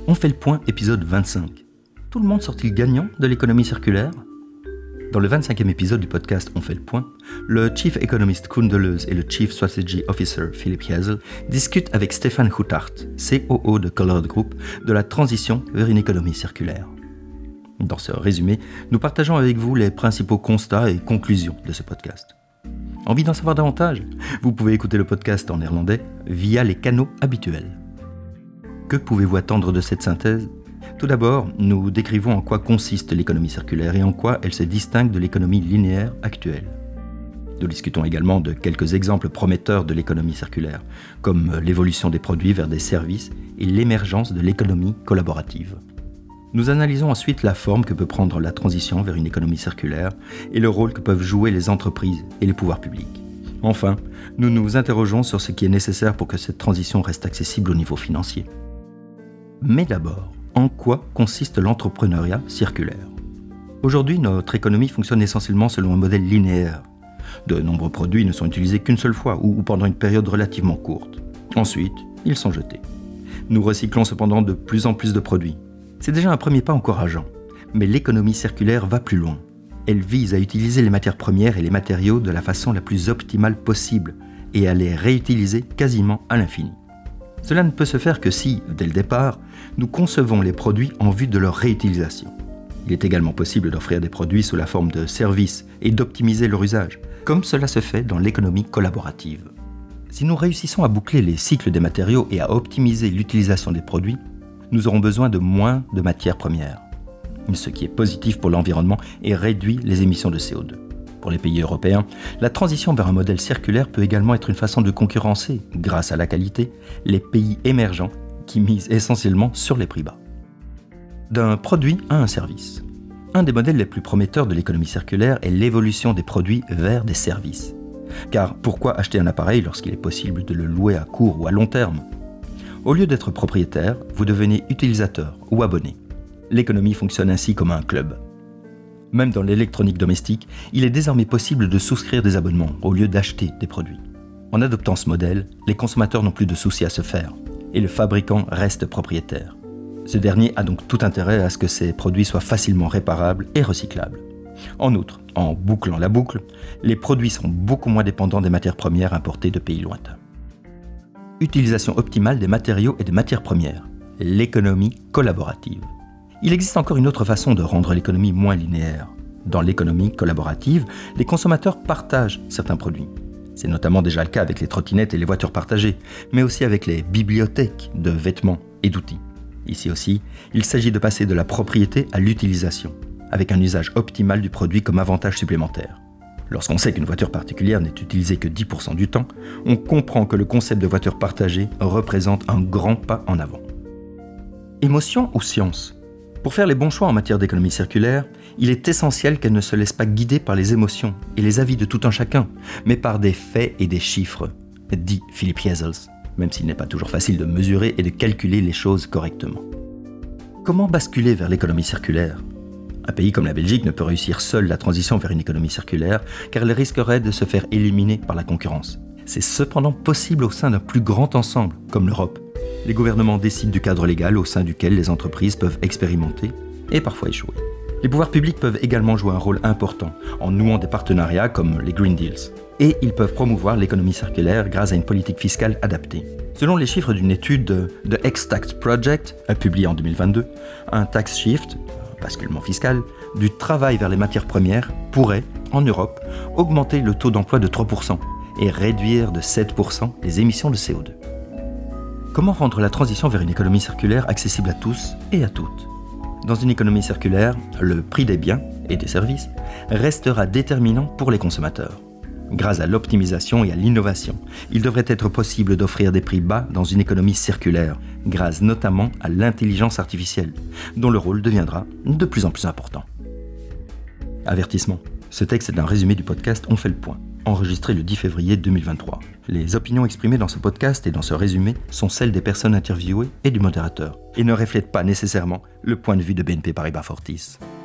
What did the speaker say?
On fait le point, épisode 25. Tout le monde sort-il gagnant de l'économie circulaire ? Dans le 25e épisode du podcast On fait le point, le Chief Economist Koen Deleuze et le Chief Strategy Officer Philippe Heisel discutent avec Stéphane Goutart, COO de Colored Group, de la transition vers une économie circulaire. Dans ce résumé, nous partageons avec vous les principaux constats et conclusions de ce podcast. Envie d'en savoir davantage ? Vous pouvez écouter le podcast en néerlandais via les canaux habituels. Que pouvez-vous attendre de cette synthèse ? Tout d'abord, nous décrivons en quoi consiste l'économie circulaire et en quoi elle se distingue de l'économie linéaire actuelle. Nous discutons également de quelques exemples prometteurs de l'économie circulaire, comme l'évolution des produits vers des services et l'émergence de l'économie collaborative. Nous analysons ensuite la forme que peut prendre la transition vers une économie circulaire et le rôle que peuvent jouer les entreprises et les pouvoirs publics. Enfin, nous nous interrogeons sur ce qui est nécessaire pour que cette transition reste accessible au niveau financier. Mais d'abord, en quoi consiste l'entrepreneuriat circulaire ? Aujourd'hui, notre économie fonctionne essentiellement selon un modèle linéaire. De nombreux produits ne sont utilisés qu'une seule fois ou pendant une période relativement courte. Ensuite, ils sont jetés. Nous recyclons cependant de plus en plus de produits. C'est déjà un premier pas encourageant. Mais l'économie circulaire va plus loin. Elle vise à utiliser les matières premières et les matériaux de la façon la plus optimale possible et à les réutiliser quasiment à l'infini. Cela ne peut se faire que si, dès le départ, nous concevons les produits en vue de leur réutilisation. Il est également possible d'offrir des produits sous la forme de services et d'optimiser leur usage, comme cela se fait dans l'économie collaborative. Si nous réussissons à boucler les cycles des matériaux et à optimiser l'utilisation des produits, nous aurons besoin de moins de matières premières, ce qui est positif pour l'environnement et réduit les émissions de CO2. Pour les pays européens, la transition vers un modèle circulaire peut également être une façon de concurrencer, grâce à la qualité, les pays émergents qui misent essentiellement sur les prix bas. D'un produit à un service. Un des modèles les plus prometteurs de l'économie circulaire est l'évolution des produits vers des services. Car pourquoi acheter un appareil lorsqu'il est possible de le louer à court ou à long terme ? Au lieu d'être propriétaire, vous devenez utilisateur ou abonné. L'économie fonctionne ainsi comme un club. Même dans l'électronique domestique, il est désormais possible de souscrire des abonnements au lieu d'acheter des produits. En adoptant ce modèle, les consommateurs n'ont plus de soucis à se faire et le fabricant reste propriétaire. Ce dernier a donc tout intérêt à ce que ces produits soient facilement réparables et recyclables. En outre, en bouclant la boucle, les produits sont beaucoup moins dépendants des matières premières importées de pays lointains. Utilisation optimale des matériaux et des matières premières. L'économie collaborative. Il existe encore une autre façon de rendre l'économie moins linéaire. Dans l'économie collaborative, les consommateurs partagent certains produits. C'est notamment déjà le cas avec les trottinettes et les voitures partagées, mais aussi avec les bibliothèques de vêtements et d'outils. Ici aussi, il s'agit de passer de la propriété à l'utilisation, avec un usage optimal du produit comme avantage supplémentaire. Lorsqu'on sait qu'une voiture particulière n'est utilisée que 10% du temps, on comprend que le concept de voiture partagée représente un grand pas en avant. Émotion ou science ? Pour faire les bons choix en matière d'économie circulaire, il est essentiel qu'elle ne se laisse pas guider par les émotions et les avis de tout un chacun, mais par des faits et des chiffres, dit Philippe Heisel, même s'il n'est pas toujours facile de mesurer et de calculer les choses correctement. Comment basculer vers l'économie circulaire ? Un pays comme la Belgique ne peut réussir seul la transition vers une économie circulaire car elle risquerait de se faire éliminer par la concurrence. C'est cependant possible au sein d'un plus grand ensemble, comme l'Europe. Les gouvernements décident du cadre légal au sein duquel les entreprises peuvent expérimenter et parfois échouer. Les pouvoirs publics peuvent également jouer un rôle important en nouant des partenariats comme les Green Deals. Et ils peuvent promouvoir l'économie circulaire grâce à une politique fiscale adaptée. Selon les chiffres d'une étude de X-Tax Project, publiée en 2022, un tax shift, basculement fiscal, du travail vers les matières premières pourrait, en Europe, augmenter le taux d'emploi de 3% et réduire de 7% les émissions de CO2. Comment rendre la transition vers une économie circulaire accessible à tous et à toutes ? Dans une économie circulaire, le prix des biens et des services restera déterminant pour les consommateurs. Grâce à l'optimisation et à l'innovation, il devrait être possible d'offrir des prix bas dans une économie circulaire, grâce notamment à l'intelligence artificielle, dont le rôle deviendra de plus en plus important. Avertissement. Ce texte est un résumé du podcast On fait le point, enregistré le 10 février 2023. Les opinions exprimées dans ce podcast et dans ce résumé sont celles des personnes interviewées et du modérateur, et ne reflètent pas nécessairement le point de vue de BNP Paribas Fortis.